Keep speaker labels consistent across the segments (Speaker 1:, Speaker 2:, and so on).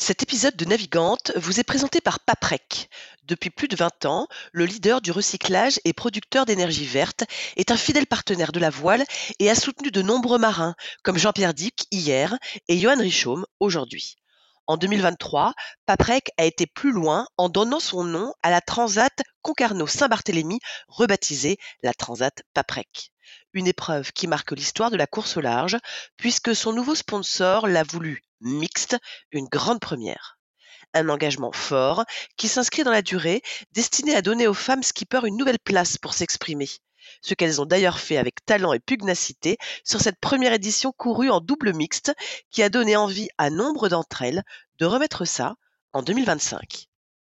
Speaker 1: Cet épisode de Navigante vous est présenté par Paprec. Depuis plus de 20 ans, le leader du recyclage et producteur d'énergie verte est un fidèle partenaire de la voile et a soutenu de nombreux marins, comme Jean-Pierre Dick hier et Johan Richomme aujourd'hui. En 2023, Paprec a été plus loin en donnant son nom à la Transat Concarneau-Saint-Barthélemy, rebaptisée la Transat Paprec. Une épreuve qui marque l'histoire de la course au large, puisque son nouveau sponsor l'a voulu mixte, une grande première. Un engagement fort qui s'inscrit dans la durée, destiné à donner aux femmes skippers une nouvelle place pour s'exprimer. Ce qu'elles ont d'ailleurs fait avec talent et pugnacité sur cette première édition courue en double mixte qui a donné envie à nombre d'entre elles de remettre ça en 2025.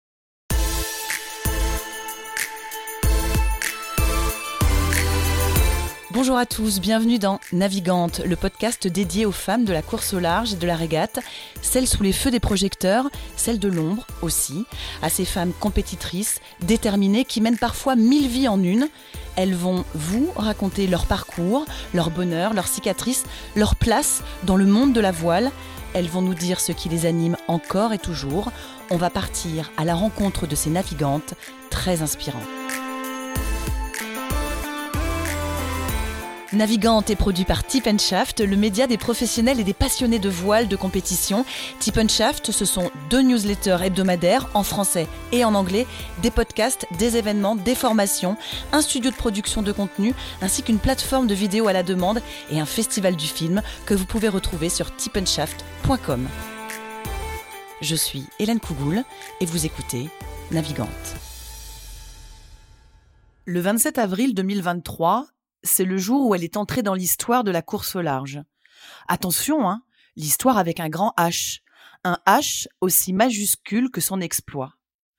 Speaker 2: Bonjour à tous, bienvenue dans Navigante, le podcast dédié aux femmes de la course au large et de la régate, celles sous les feux des projecteurs, celles de l'ombre aussi, à ces femmes compétitrices, déterminées, qui mènent parfois 1000 vies en une. Elles vont vous raconter leur parcours, leur bonheur, leurs cicatrices, leur place dans le monde de la voile. Elles vont nous dire ce qui les anime encore et toujours. On va partir à la rencontre de ces navigantes très inspirantes. Navigante est produit par Tip & Shaft, le média des professionnels et des passionnés de voile de compétition. Tip & Shaft, ce sont 2 newsletters hebdomadaires en français et en anglais, des podcasts, des événements, des formations, un studio de production de contenu, ainsi qu'une plateforme de vidéos à la demande et un festival du film que vous pouvez retrouver sur tipandshaft.com. Je suis Hélène Cougoul et vous écoutez Navigante. Le 27 avril 2023, c'est le jour où elle est entrée dans l'histoire de la course au large. Attention, l'histoire avec un grand H. Un H aussi majuscule que son exploit.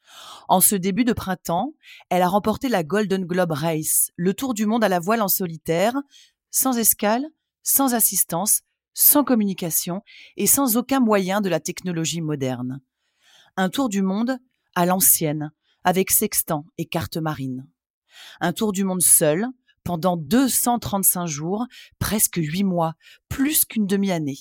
Speaker 2: En ce début de printemps, elle a remporté la Golden Globe Race, le tour du monde à la voile en solitaire, sans escale, sans assistance, sans communication et sans aucun moyen de la technologie moderne. Un tour du monde à l'ancienne, avec sextant et carte marine. Un tour du monde seul, pendant 235 jours, presque 8 mois, plus qu'une demi-année.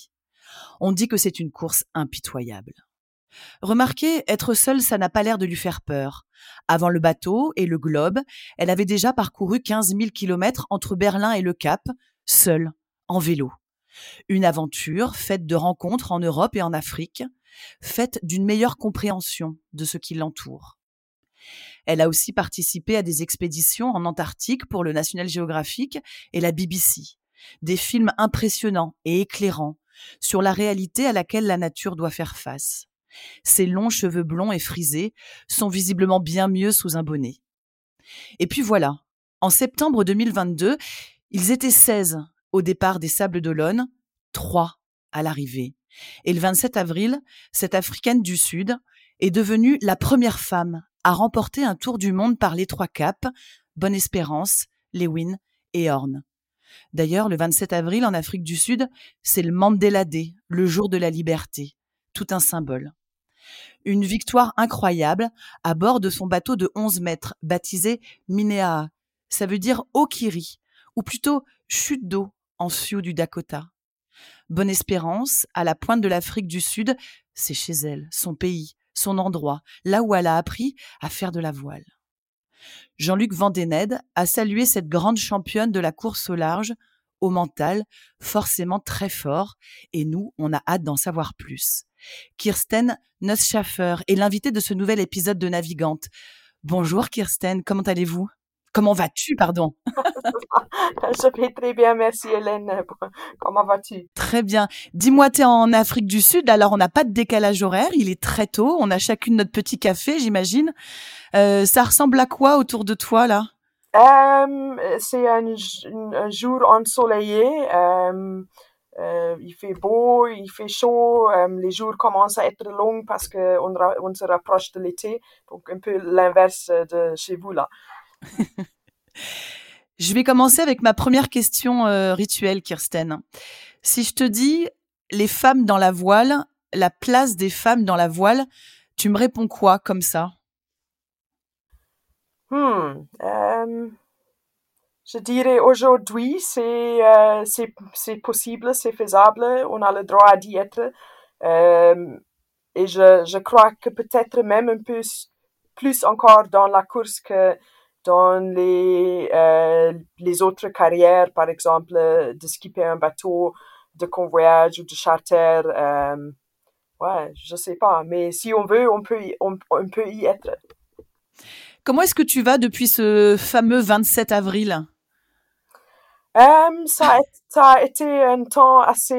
Speaker 2: On dit que c'est une course impitoyable. Remarquez, être seule, ça n'a pas l'air de lui faire peur. Avant le bateau et le globe, elle avait déjà parcouru 15 000 kilomètres entre Berlin et le Cap, seule, en vélo. Une aventure faite de rencontres en Europe et en Afrique, faite d'une meilleure compréhension de ce qui l'entoure. Elle a aussi participé à des expéditions en Antarctique pour le National Geographic et la BBC. Des films impressionnants et éclairants sur la réalité à laquelle la nature doit faire face. Ses longs cheveux blonds et frisés sont visiblement bien mieux sous un bonnet. Et puis voilà, en septembre 2022, ils étaient 16 au départ des Sables d'Olonne, 3 à l'arrivée. Et le 27 avril, cette Africaine du Sud est devenue la première femme à remporter un tour du monde par les 3 caps, Bonne-Espérance, Lewin et Horn. D'ailleurs, le 27 avril, en Afrique du Sud, c'est le Mandela Day, le jour de la liberté. Tout un symbole. Une victoire incroyable à bord de son bateau de 11 mètres, baptisé Minea. Ça veut dire eau qui rit, ou plutôt chute d'eau en Sioux du Dakota. Bonne-Espérance, à la pointe de l'Afrique du Sud, c'est chez elle, son pays, son endroit, là où elle a appris à faire de la voile. Jean-Luc Vandened a salué cette grande championne de la course au large, au mental, forcément très fort, et nous, on a hâte d'en savoir plus. Kirsten Nussschaffer est l'invitée de ce nouvel épisode de Navigante. Bonjour Kirsten, comment allez-vous ? Comment vas-tu, pardon ?
Speaker 3: Je vais très bien, merci Hélène. Comment vas-tu?
Speaker 2: Très bien. Dis-moi, t'es en Afrique du Sud, alors on n'a pas de décalage horaire, il est très tôt, on a chacune notre petit café, j'imagine. Ça ressemble à quoi autour de toi, là ?
Speaker 3: C'est un jour ensoleillé. Il fait beau, il fait chaud. Les jours commencent à être longs parce on se rapproche de l'été. Donc un peu l'inverse de chez vous, là.
Speaker 2: Je vais commencer avec ma première question rituelle, Kirsten. Si je te dis les femmes dans la voile, la place des femmes dans la voile, tu me réponds quoi comme ça ?
Speaker 3: Je dirais aujourd'hui, c'est possible, c'est faisable, on a le droit d'y être. je crois que peut-être même un peu plus encore dans la course que dans les autres carrières, par exemple, de skipper un bateau, de convoyage ou de charter. Ouais, je sais pas, mais si on veut, on peut y être.
Speaker 2: Comment est-ce que tu vas depuis ce fameux 27 avril?
Speaker 3: Ça a été un temps assez,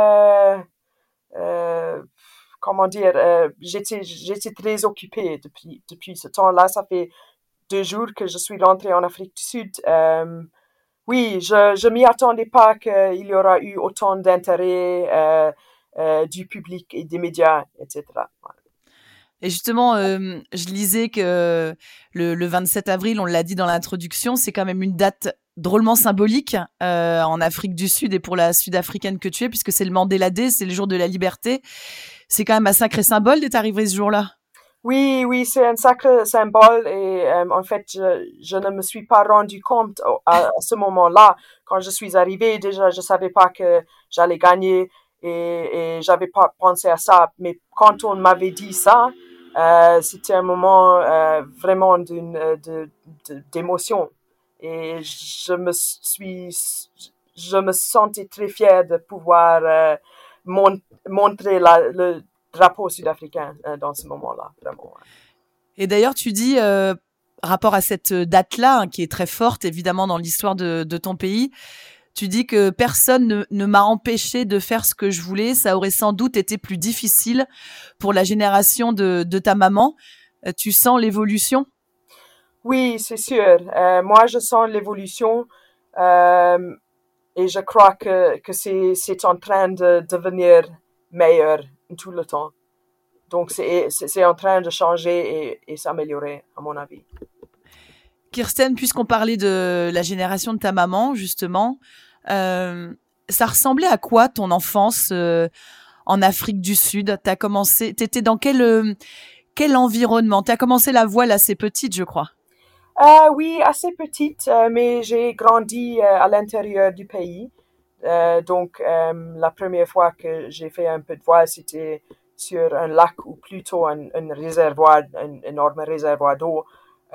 Speaker 3: euh, comment dire, j'étais très occupée depuis ce temps-là. Ça fait 2 jours que je suis rentrée en Afrique du Sud. Oui, je m'y attendais pas qu'il y aura eu autant d'intérêt du public et des médias, etc.
Speaker 2: Et justement, je lisais que le 27 avril, on l'a dit dans l'introduction, c'est quand même une date drôlement symbolique en Afrique du Sud et pour la Sud-Africaine que tu es, puisque c'est le Mandela Day, c'est le jour de la liberté. C'est quand même un sacré symbole d'être arrivé ce jour-là.
Speaker 3: Oui, oui, c'est un sacré symbole et en fait, je ne me suis pas rendu compte à ce moment-là. Quand je suis arrivée, déjà, je savais pas que j'allais gagner et j'avais pas pensé à ça. Mais quand on m'avait dit ça, c'était un moment vraiment d'émotion. Et je me sentais très fière de pouvoir montrer le drapeau sud-africain dans ce moment-là, vraiment.
Speaker 2: Et d'ailleurs, tu dis, rapport à cette date-là, hein, qui est très forte, évidemment, dans l'histoire de ton pays, tu dis que personne ne m'a empêché de faire ce que je voulais. Ça aurait sans doute été plus difficile pour la génération de ta maman. Tu sens l'évolution?
Speaker 3: Oui, c'est sûr. Moi, je sens l'évolution euh, et je crois que c'est en train de devenir meilleur tout le temps. Donc, c'est en train de changer et s'améliorer, à mon avis.
Speaker 2: Kirsten, puisqu'on parlait de la génération de ta maman, justement, euh, ça ressemblait à quoi ton enfance en Afrique du Sud? T'étais dans quel environnement? T'as commencé la voile assez petite, je crois.
Speaker 3: Oui, assez petite, mais j'ai grandi à l'intérieur du pays. Donc, la première fois que j'ai fait un peu de voile, c'était sur un lac ou plutôt un réservoir, un énorme réservoir d'eau.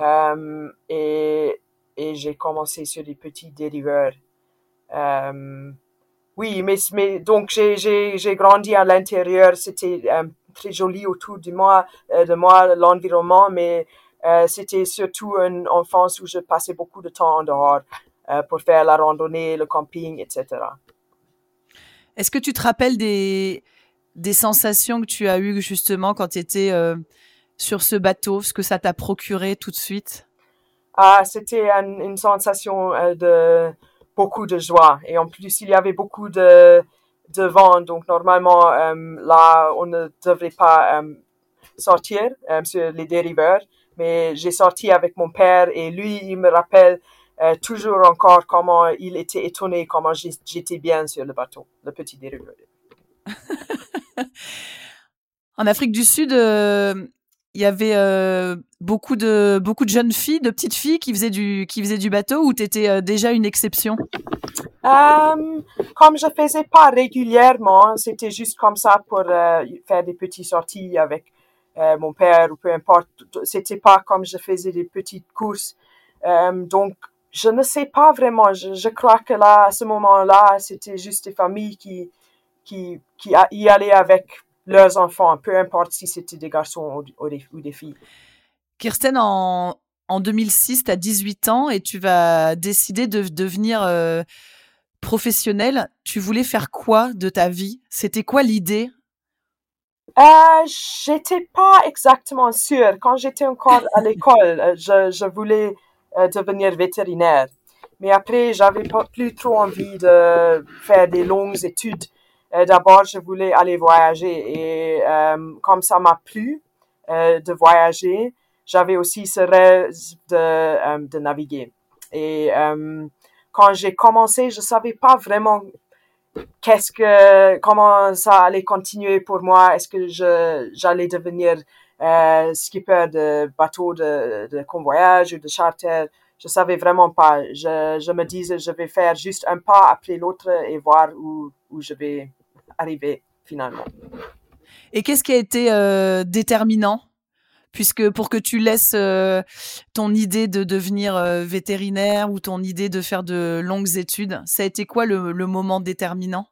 Speaker 3: Et j'ai commencé sur des petits dériveurs. Euh, oui, mais donc j'ai grandi à l'intérieur. C'était très joli autour de moi, l'environnement, mais c'était surtout une enfance où je passais beaucoup de temps en dehors pour faire la randonnée, le camping, etc.
Speaker 2: Est-ce que tu te rappelles des sensations que tu as eues justement quand tu étais sur ce bateau, ce que ça t'a procuré tout de suite?
Speaker 3: Ah, c'était une sensation de beaucoup de joie. Et en plus, il y avait beaucoup de vent. Donc, normalement, là, on ne devrait pas sortir sur les dériveurs. Mais j'ai sorti avec mon père et lui, il me rappelle toujours encore comment il était étonné, comment j'étais bien sur le bateau, le petit dériveur.
Speaker 2: En Afrique du Sud, il y avait beaucoup de jeunes filles, de petites filles qui faisaient du bateau ou t'étais déjà une exception?
Speaker 3: Comme je faisais pas régulièrement, c'était juste comme ça pour faire des petites sorties avec mon père ou peu importe. C'était pas comme je faisais des petites courses. Donc, je ne sais pas vraiment. Je crois que là, à ce moment-là, c'était juste des familles qui y allaient avec leurs enfants, peu importe si c'était des garçons ou des filles.
Speaker 2: Kirsten, en 2006, tu as 18 ans et tu vas décider de devenir professionnelle. Tu voulais faire quoi de ta vie? C'était quoi l'idée?
Speaker 3: J'étais pas exactement sûre. Quand j'étais encore à l'école, je voulais devenir vétérinaire. Mais après, j'avais pas plus trop envie de faire des longues études. D'abord, je voulais aller voyager et comme ça m'a plu de voyager, j'avais aussi ce rêve de naviguer. Et quand j'ai commencé, je savais pas vraiment comment ça allait continuer pour moi? Est-ce que j'allais devenir skipper de bateau de convoyage ou de charter? Je savais vraiment pas. Je me disais, je vais faire juste un pas après l'autre et voir où je vais arriver finalement.
Speaker 2: Et qu'est-ce qui a été déterminant? Puisque pour que tu laisses ton idée de devenir vétérinaire ou ton idée de faire de longues études, ça a été quoi le moment déterminant?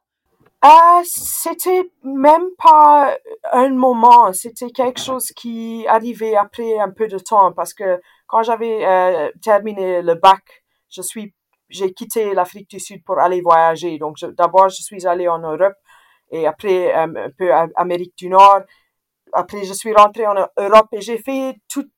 Speaker 3: C'était même pas un moment, c'était quelque chose qui arrivait après un peu de temps parce que quand j'avais terminé le bac, j'ai quitté l'Afrique du Sud pour aller voyager. Donc d'abord je suis allé en Europe et après un peu Amérique du Nord. Après je suis rentré en Europe et j'ai fait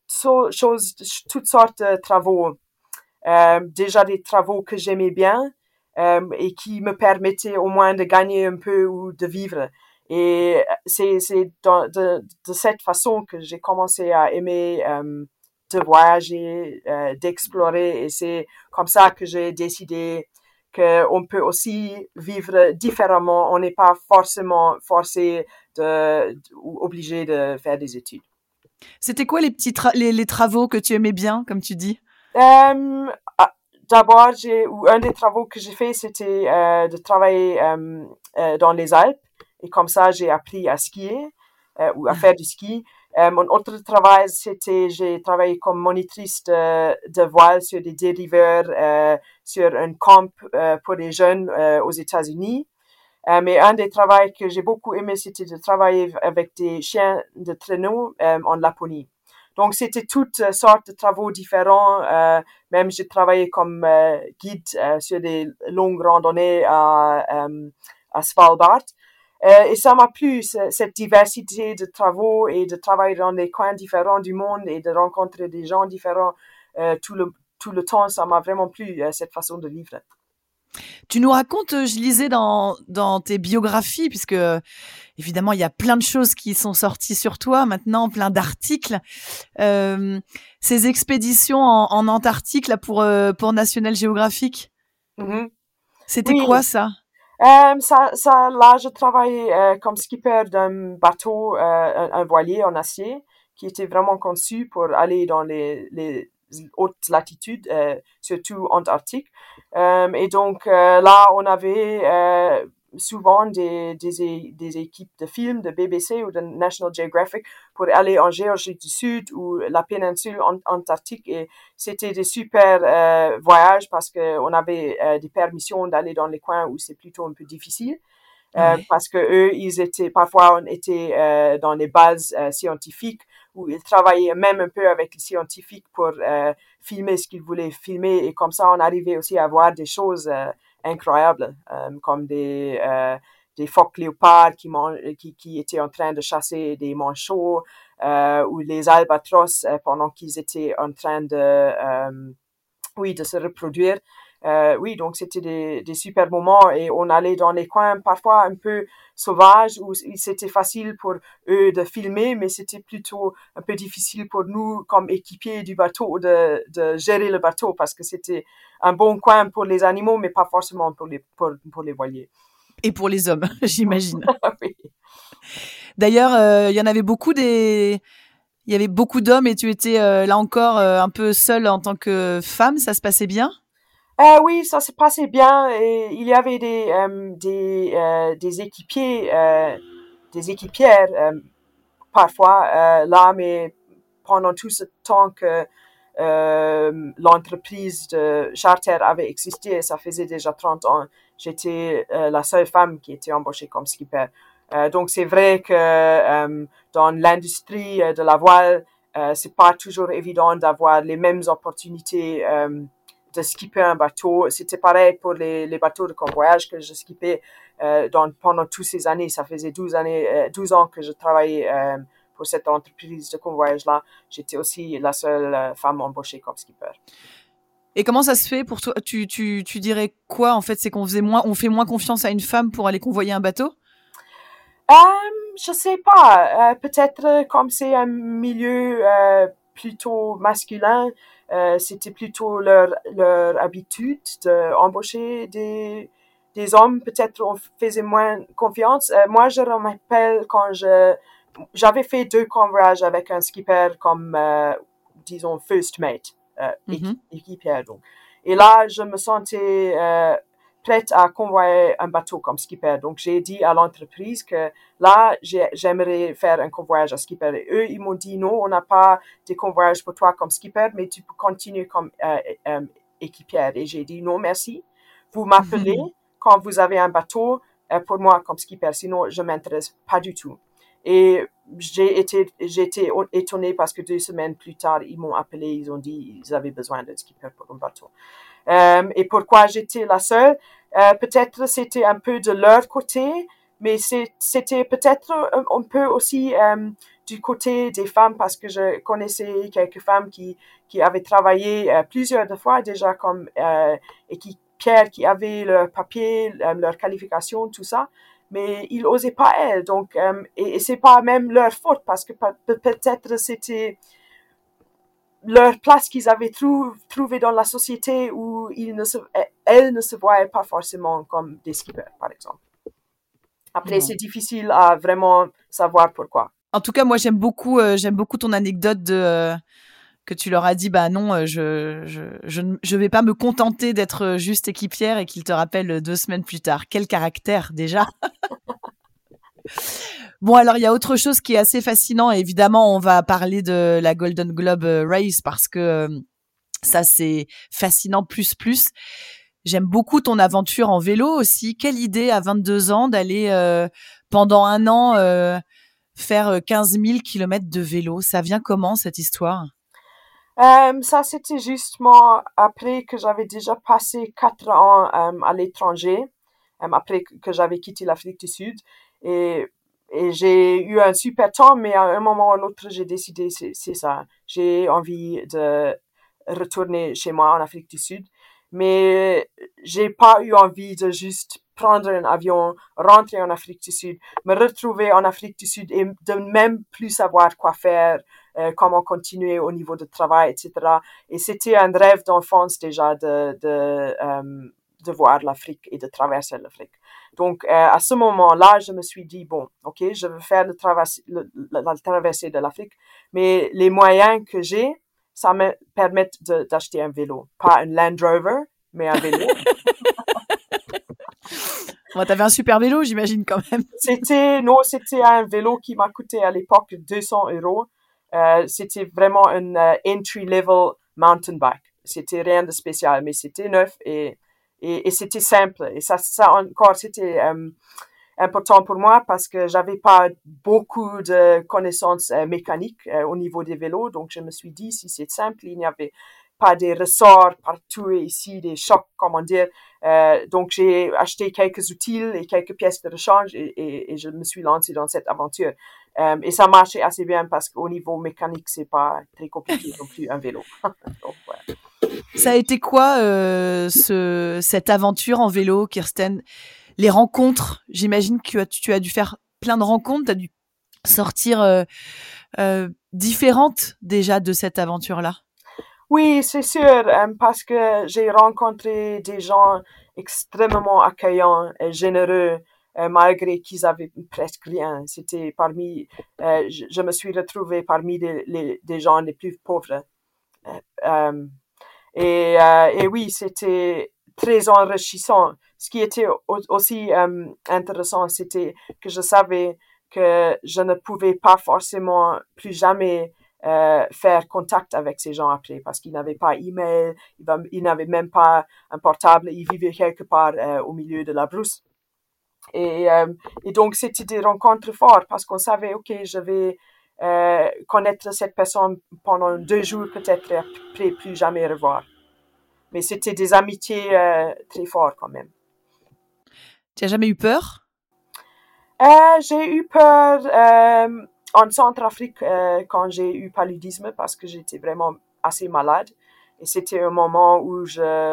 Speaker 3: toutes sortes de travaux. Déjà des travaux que j'aimais bien et qui me permettaient au moins de gagner un peu ou de vivre. Et c'est de cette façon que j'ai commencé à aimer de voyager, d'explorer. Et c'est comme ça que j'ai décidé qu'on peut aussi vivre différemment. On n'est pas forcément forcé ou obligé de faire des études.
Speaker 2: C'était quoi les travaux que tu aimais bien, comme tu dis?
Speaker 3: Euh, D'abord, un des travaux que j'ai fait, c'était de travailler dans les Alpes. Et comme ça, j'ai appris à skier ou à faire du ski. Mon autre travail, j'ai travaillé comme monitrice de voile sur des dériveurs, sur un camp pour les jeunes aux États-Unis. Mais un des travaux que j'ai beaucoup aimé, c'était de travailler avec des chiens de traîneau en Laponie. Donc, c'était toutes sortes de travaux différents. Même j'ai travaillé comme guide sur des longues randonnées à Svalbard. Et ça m'a plu, cette diversité de travaux et de travailler dans des coins différents du monde et de rencontrer des gens différents tout le temps. Ça m'a vraiment plu, cette façon de vivre.
Speaker 2: Tu nous racontes, je lisais dans tes biographies, puisque évidemment il y a plein de choses qui sont sorties sur toi maintenant, plein d'articles. Ces expéditions en Antarctique là pour National Geographic,
Speaker 3: Mm-hmm.
Speaker 2: c'était
Speaker 3: Oui,
Speaker 2: quoi ça?
Speaker 3: là, je travaillais comme skipper d'un bateau, un voilier en acier, qui était vraiment conçu pour aller dans les hautes latitudes, surtout Antarctique. Et donc là, on avait souvent des équipes de films de BBC ou de National Geographic pour aller en Géorgie du Sud ou la péninsule antarctique. Et c'était des super voyages parce qu'on avait des permissions d'aller dans les coins où c'est plutôt un peu difficile.
Speaker 2: Ouais.
Speaker 3: Parce que eux, parfois, on était dans les bases scientifiques où ils travaillaient même un peu avec les scientifiques pour filmer ce qu'ils voulaient filmer. Et comme ça, on arrivait aussi à voir des choses incroyables, comme des phoques léopards qui étaient en train de chasser des manchots, ou les albatros pendant qu'ils étaient en train de se reproduire. Oui, donc c'était des super moments et on allait dans les coins parfois un peu sauvages où c'était facile pour eux de filmer, mais c'était plutôt un peu difficile pour nous comme équipiers du bateau de gérer le bateau parce que c'était un bon coin pour les animaux, mais pas forcément pour les voiliers.
Speaker 2: Et pour les hommes, j'imagine.
Speaker 3: Oui.
Speaker 2: D'ailleurs, il y avait beaucoup d'hommes et tu étais là encore un peu seule en tant que femme. Ça se passait bien?
Speaker 3: Oui, ça se passait bien et il y avait des équipiers, des équipières parfois là, mais pendant tout ce temps que l'entreprise de charter avait existé, ça faisait déjà 30 ans, j'étais la seule femme qui était embauchée comme skipper. Donc c'est vrai que dans l'industrie de la voile, c'est pas toujours évident d'avoir les mêmes opportunités de skipper un bateau. C'était pareil pour les bateaux de convoyage que je skippais pendant toutes ces années. Ça faisait 12 ans que je travaillais pour cette entreprise de convoyage-là. J'étais aussi la seule femme embauchée comme skipper.
Speaker 2: Et comment ça se fait pour toi? Tu dirais quoi en fait? C'est on fait moins confiance à une femme pour aller convoyer un bateau?
Speaker 3: Je sais pas. Peut-être comme c'est un milieu plutôt masculin, c'était plutôt leur habitude d'embaucher des hommes. Peut-être on faisait moins confiance. Moi, je me rappelle quand j'avais fait 2 convoyages avec un skipper comme, disons, first mate, équipière donc. Et là, je me sentais prête à convoyer un bateau comme skipper. Donc, j'ai dit à l'entreprise que là, j'aimerais faire un convoyage à skipper. Et eux, ils m'ont dit non, on n'a pas de convoyage pour toi comme skipper, mais tu peux continuer comme équipière. Et j'ai dit non, merci. Vous m'appelez quand vous avez un bateau pour moi comme skipper, sinon je m'intéresse pas du tout. Et j'ai été étonnée parce que 2 semaines plus tard, ils m'ont appelé, ils ont dit ils avaient besoin d'un skipper pour un bateau. Et pourquoi j'étais la seule? Peut-être c'était un peu de leur côté, mais c'était peut-être un peu aussi du côté des femmes parce que je connaissais quelques femmes qui avaient travaillé plusieurs fois déjà comme équipières, qui avaient leur papier, leur qualification, tout ça, mais ils osaient pas elles. Donc et c'est pas même leur faute parce que peut-être c'était leur place qu'ils avaient trouvé dans la société où elles ne se voyaient pas forcément comme des skippers, par exemple. Après, c'est difficile à vraiment savoir pourquoi.
Speaker 2: En tout cas, moi, j'aime beaucoup ton anecdote que tu leur as dit, bah non, je vais pas me contenter d'être juste équipière et qu'ils te rappellent 2 semaines plus tard. Quel caractère, déjà. Bon, alors il y a autre chose qui est assez fascinant. Évidemment, on va parler de la Golden Globe Race parce que ça, c'est fascinant plus. J'aime beaucoup ton aventure en vélo aussi. Quelle idée à 22 ans d'aller pendant 1 an faire 15 000 kilomètres de vélo. Ça vient comment, cette histoire?
Speaker 3: Ça, c'était justement après que j'avais déjà passé 4 ans à l'étranger, après que j'avais quitté l'Afrique du Sud. Et j'ai eu un super temps, mais à un moment ou à un autre, j'ai décidé, c'est ça, j'ai envie de retourner chez moi en Afrique du Sud. Mais j'ai pas eu envie de juste prendre un avion, rentrer en Afrique du Sud, me retrouver en Afrique du Sud et de même plus savoir quoi faire, comment continuer au niveau de travail, etc. Et c'était un rêve d'enfance déjà de voir l'Afrique et de traverser l'Afrique. Donc, à ce moment-là, je me suis dit, bon, ok, je veux faire la traversée de l'Afrique, mais les moyens que j'ai, ça me permet d'acheter un vélo. Pas un Land Rover, mais un vélo.
Speaker 2: Bon, t'avais un super vélo, j'imagine, quand même.
Speaker 3: C'était un vélo qui m'a coûté à l'époque 200 €. C'était vraiment un entry-level mountain bike. C'était rien de spécial, mais c'était neuf et c'était simple. Et ça encore, c'était important pour moi parce que j'avais pas beaucoup de connaissances mécaniques au niveau des vélos. Donc, je me suis dit, si c'est simple, il n'y avait pas des ressorts partout et ici, des chocs, comment dire. Donc, j'ai acheté quelques outils et quelques pièces de rechange et je me suis lancée dans cette aventure. Et ça marchait assez bien parce qu'au niveau mécanique, c'est pas très compliqué non plus un vélo. Donc, ouais.
Speaker 2: Ça a été quoi cette aventure en vélo, Kirsten? Les rencontres, j'imagine que tu as dû faire plein de rencontres, tu as dû sortir différente déjà de cette aventure-là.
Speaker 3: Oui, c'est sûr, parce que j'ai rencontré des gens extrêmement accueillants et généreux, malgré qu'ils avaient presque rien. C'était je me suis retrouvée parmi des gens les plus pauvres. Euh, et oui, c'était très enrichissant. Ce qui était aussi intéressant, c'était que je savais que je ne pouvais pas forcément plus jamais faire contact avec ces gens après parce qu'ils n'avaient pas email, ils n'avaient même pas un portable, ils vivaient quelque part au milieu de la brousse. Et donc, c'était des rencontres fortes parce qu'on savait, OK, je vais connaître cette personne pendant 2 jours peut-être et après plus jamais revoir. Mais c'était des amitiés très fortes quand même.
Speaker 2: Tu as jamais eu peur?
Speaker 3: J'ai eu peur en Centrafrique quand j'ai eu paludisme parce que j'étais vraiment assez malade. Et c'était un moment où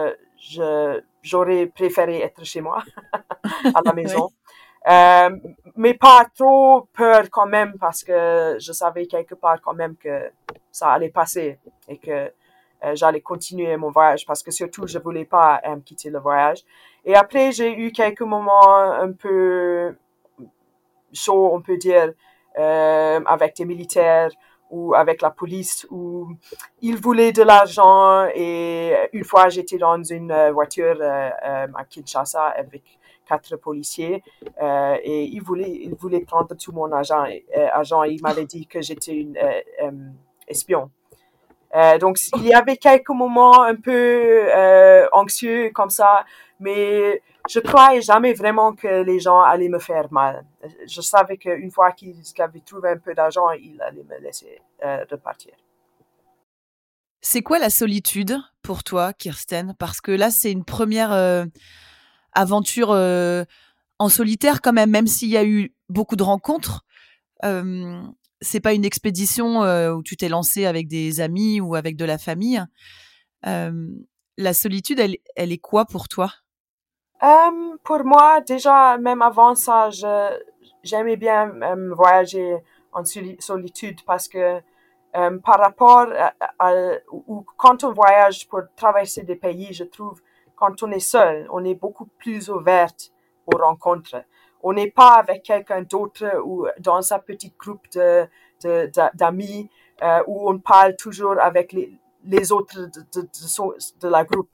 Speaker 3: j'aurais préféré être chez moi, à la maison. Oui. Mais pas trop peur quand même parce que je savais quelque part quand même que ça allait passer et que j'allais continuer mon voyage parce que surtout je voulais pas quitter le voyage. Et après j'ai eu quelques moments un peu chaud, on peut dire, avec des militaires ou avec la police, où ils voulaient de l'argent. Et une fois, j'étais dans une voiture à Kinshasa avec 4 policiers et ils voulaient prendre tout mon argent. Il m'avait dit que j'étais une espion. Donc, il y avait quelques moments un peu anxieux comme ça, mais je croyais jamais vraiment que les gens allaient me faire mal. Je savais qu'une fois qu'ils avaient trouvé un peu d'argent, ils allaient me laisser repartir.
Speaker 2: C'est quoi la solitude pour toi, Kirsten? Parce que là, c'est une première aventure en solitaire quand même s'il y a eu beaucoup de rencontres. C'est pas une expédition où tu t'es lancé avec des amis ou avec de la famille. La solitude, elle est quoi pour toi?
Speaker 3: Pour moi, déjà, même avant ça, j'aimais bien voyager en solitude parce que par rapport ou quand on voyage pour traverser des pays, je trouve, quand on est seul, on est beaucoup plus ouverte aux rencontres. On n'est pas avec quelqu'un d'autre ou dans un petit groupe d'amis où on parle toujours avec les autres de la groupe.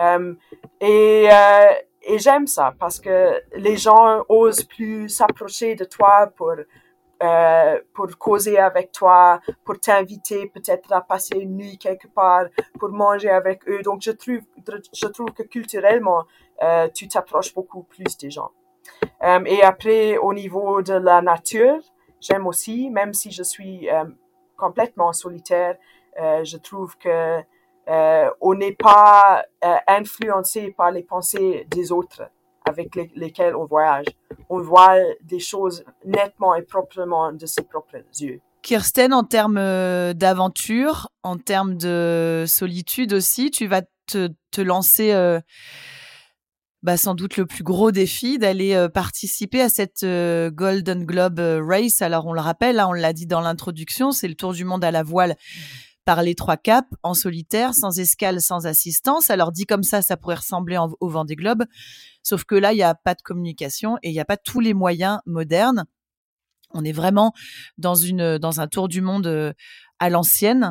Speaker 3: Et j'aime ça parce que les gens osent plus s'approcher de toi pour causer avec toi, pour t'inviter peut-être à passer une nuit quelque part, pour manger avec eux. Donc, je trouve que culturellement, tu t'approches beaucoup plus des gens. Et après, au niveau de la nature, j'aime aussi, même si je suis complètement solitaire, je trouve que on n'est pas influencé par les pensées des autres avec lesquels on voyage. On voit des choses nettement et proprement de ses propres yeux.
Speaker 2: Kirsten, en termes d'aventure, en termes de solitude aussi, tu vas te lancer sans doute le plus gros défi d'aller participer à cette Golden Globe Race. Alors, on le rappelle, on l'a dit dans l'introduction, c'est le tour du monde à la voile par les 3 caps, en solitaire, sans escale, sans assistance. Alors, dit comme ça pourrait ressembler au Vendée Globe, sauf que là, il n'y a pas de communication et il n'y a pas tous les moyens modernes. On est vraiment dans un tour du monde à l'ancienne.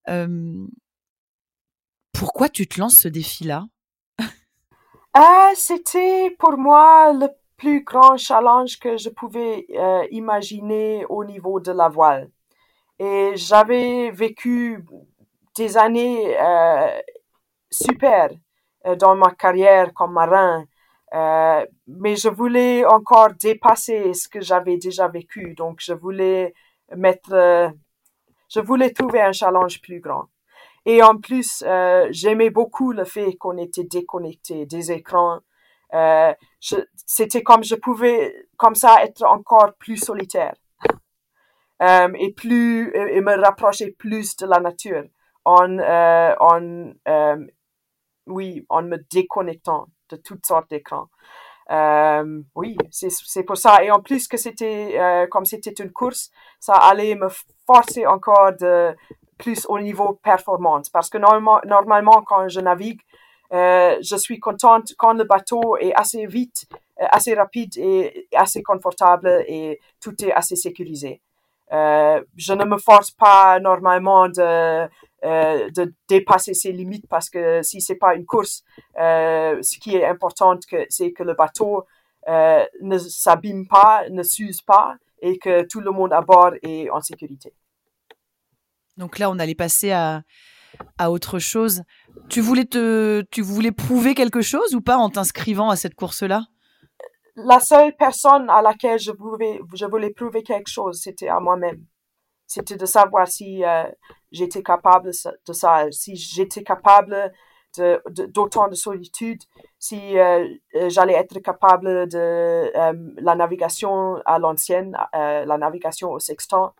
Speaker 2: Pourquoi tu te lances ce défi-là?
Speaker 3: C'était pour moi le plus grand challenge que je pouvais imaginer au niveau de la voile. Et j'avais vécu des années super dans ma carrière comme marin, mais je voulais encore dépasser ce que j'avais déjà vécu. Donc, je voulais trouver un challenge plus grand. Et en plus, j'aimais beaucoup le fait qu'on était déconnecté des écrans. C'était comme je pouvais, comme ça, être encore plus solitaire et me rapprocher plus de la nature en me déconnectant de toutes sortes d'écrans. Oui, c'est pour ça. Et en plus que comme c'était une course, ça allait me forcer encore de plus au niveau performance. Parce que normalement, quand je navigue, je suis contente quand le bateau est assez vite, assez rapide et assez confortable et tout est assez sécurisé. Je ne me force pas normalement de dépasser ses limites parce que si c'est pas une course, ce qui est important, c'est que le bateau ne s'abîme pas, ne s'use pas et que tout le monde à bord est en sécurité.
Speaker 2: Donc là, on allait passer à autre chose. Tu voulais prouver quelque chose ou pas en t'inscrivant à cette course-là?
Speaker 3: La seule personne à laquelle je voulais prouver quelque chose, c'était à moi-même. C'était de savoir si j'étais capable de ça, si j'étais capable d'autant de solitude, si j'allais être capable de la navigation à l'ancienne, la navigation au sextant,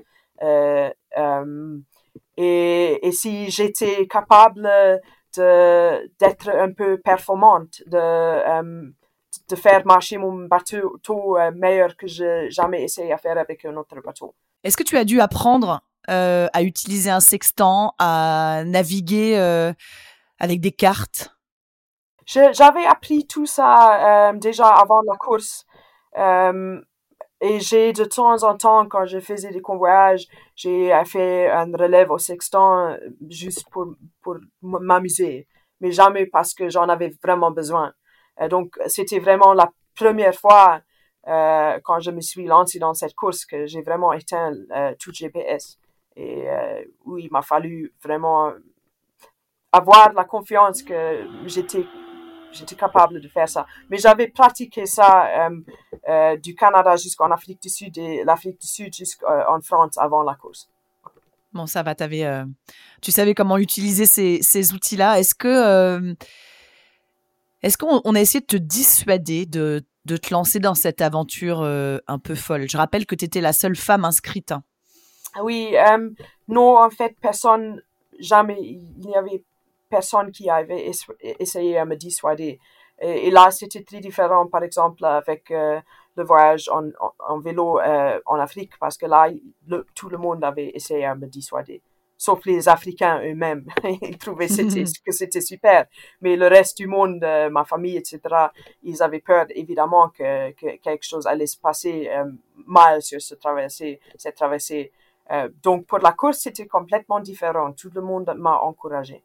Speaker 3: et si j'étais capable d'être un peu performante, de faire marcher mon bateau meilleur que j'ai jamais essayé à faire avec un autre bateau.
Speaker 2: Est-ce que tu as dû apprendre à utiliser un sextant, à naviguer avec des cartes?
Speaker 3: J'avais appris tout ça déjà avant la course. et j'ai de temps en temps, quand je faisais des convoyages, j'ai fait un relève au sextant juste pour m'amuser, mais jamais parce que j'en avais vraiment besoin. Donc, c'était vraiment la première fois quand je me suis lancée dans cette course que j'ai vraiment éteint tout GPS. Et où il m'a fallu vraiment avoir la confiance que j'étais capable de faire ça. Mais j'avais pratiqué ça du Canada jusqu'en Afrique du Sud et l'Afrique du Sud jusqu'en France avant la course.
Speaker 2: Bon, ça va, tu savais comment utiliser ces outils-là. Est-ce qu'on a essayé de te dissuader de te lancer dans cette aventure un peu folle? Je rappelle que tu étais la seule femme inscrite, hein.
Speaker 3: Oui, non, en fait, personne, jamais, il n'y avait personne qui avait essayé à me dissuader. Et là, c'était très différent, par exemple, avec le voyage en vélo en Afrique, parce que là, tout le monde avait essayé à me dissuader. Sauf les Africains eux-mêmes. Ils trouvaient que c'était super. Mais le reste du monde, ma famille, etc., ils avaient peur, évidemment, que quelque chose allait se passer mal sur cette traversée. Donc, pour la course, c'était complètement différent. Tout le monde m'a encouragé.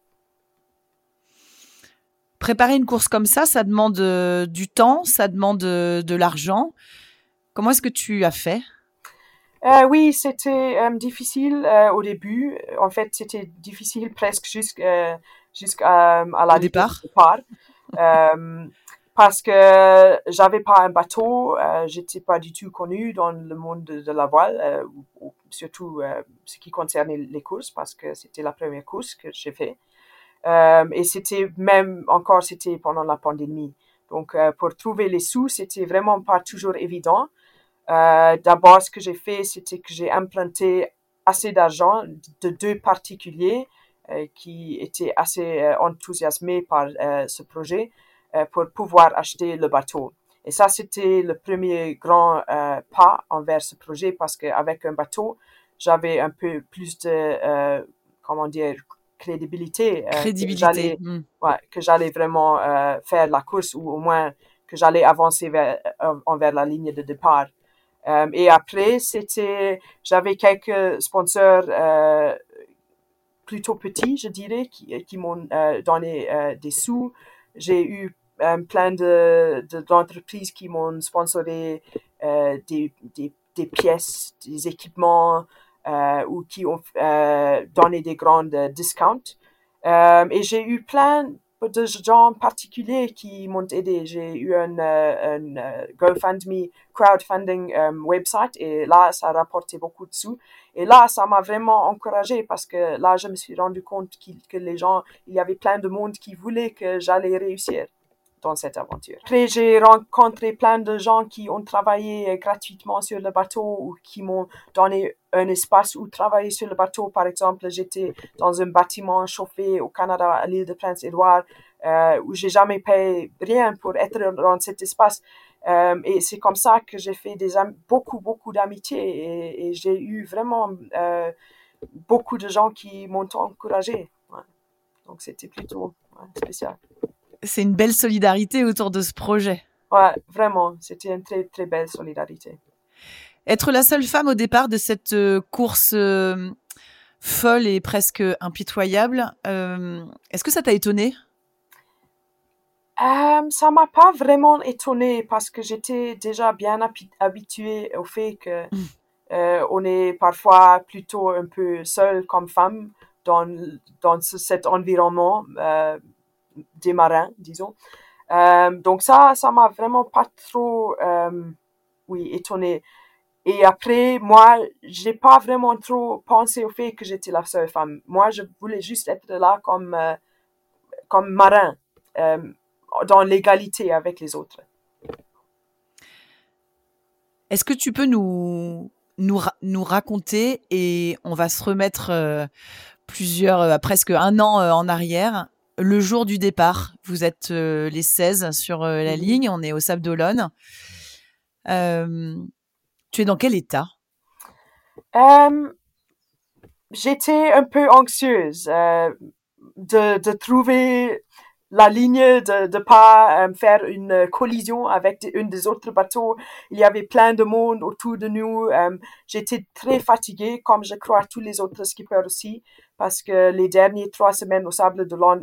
Speaker 2: Préparer une course comme ça demande du temps, ça demande de l'argent. Comment est-ce que tu as fait?
Speaker 3: Oui, c'était difficile au début. En fait, c'était difficile presque jusqu'à à la
Speaker 2: Au
Speaker 3: ligne de
Speaker 2: départ?
Speaker 3: départ. Euh, Parce que j'avais pas un bateau, j'étais pas du tout connue dans le monde de la voile, surtout ce qui concernait les courses, parce que c'était la première course que j'ai fait. Et c'était pendant la pandémie. Donc, pour trouver les sous, c'était vraiment pas toujours évident. D'abord, ce que j'ai fait, c'était que j'ai emprunté assez d'argent de deux particuliers qui étaient assez enthousiasmés par ce projet pour pouvoir acheter le bateau. Et ça, c'était le premier grand pas envers ce projet parce qu'avec un bateau, j'avais un peu plus de, comment dire, crédibilité,
Speaker 2: Crédibilité.
Speaker 3: que j'allais vraiment faire la course ou au moins que j'allais avancer envers la ligne de départ. Et après, j'avais quelques sponsors plutôt petits, je dirais, qui m'ont donné des sous. J'ai eu plein d'entreprises qui m'ont sponsoré des pièces, des équipements ou qui ont donné des grandes discounts. Et j'ai eu plein de gens particuliers qui m'ont aidé. J'ai eu un GoFundMe crowdfunding website et là, ça a rapporté beaucoup de sous. Et là, ça m'a vraiment encouragée parce que là, je me suis rendu compte que il y avait plein de monde qui voulait que j'allais réussir dans cette aventure. Après, j'ai rencontré plein de gens qui ont travaillé gratuitement sur le bateau ou qui m'ont donné un espace où travailler sur le bateau. Par exemple, j'étais dans un bâtiment chauffé au Canada, à l'île de Prince-Édouard, où j'ai jamais payé rien pour être dans cet espace. Et c'est comme ça que j'ai fait beaucoup d'amitiés et j'ai eu vraiment beaucoup de gens qui m'ont encouragé. Ouais. Donc c'était plutôt spécial.
Speaker 2: C'est une belle solidarité autour de ce projet.
Speaker 3: Ouais, vraiment, c'était une très très belle solidarité.
Speaker 2: Être la seule femme au départ de cette course folle et presque impitoyable, est-ce que ça t'a étonnée?
Speaker 3: Ça m'a pas vraiment étonnée parce que j'étais déjà bien habituée au fait que on est parfois plutôt un peu seul comme femme dans cet environnement des marins, disons. Donc ça m'a vraiment pas trop, oui, étonnée. Et après, moi, j'ai pas vraiment trop pensé au fait que j'étais la seule femme. Moi, je voulais juste être là comme marin, euh, dans l'égalité avec les autres.
Speaker 2: Est-ce que tu peux nous raconter, et on va se remettre presque un an en arrière, le jour du départ? Vous êtes les 16 sur la ligne, on est au Sable d'Olonne. Tu es dans quel état?
Speaker 3: J'étais un peu anxieuse de trouver la ligne de pas faire une collision avec un des autres bateaux. Il y avait plein de monde autour de nous. J'étais très fatiguée, comme je crois tous les autres skippers aussi, parce que les dernières 3 semaines au Sable d'Olonne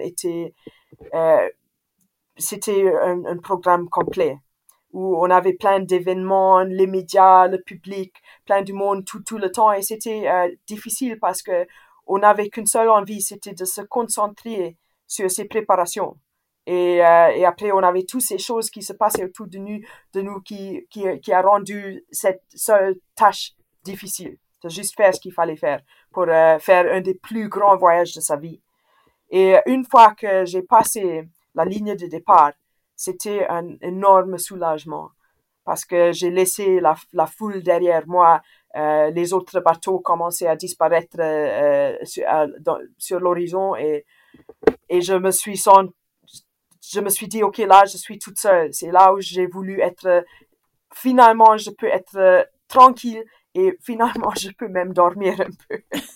Speaker 3: c'était un programme complet où on avait plein d'événements, les médias, le public, plein du monde tout le temps, et c'était difficile parce que on n'avait qu'une seule envie, c'était de se concentrer sur ces préparations. Et après, on avait toutes ces choses qui se passaient autour de nous qui a rendu cette seule tâche difficile, de juste faire ce qu'il fallait faire pour faire un des plus grands voyages de sa vie. Et une fois que j'ai passé la ligne de départ, c'était un énorme soulagement parce que j'ai laissé la foule derrière moi. Les autres bateaux commençaient à disparaître sur l'horizon et je me suis dit, ok, là, je suis toute seule. C'est là où j'ai voulu être. Finalement, je peux être tranquille et finalement, je peux même dormir un peu.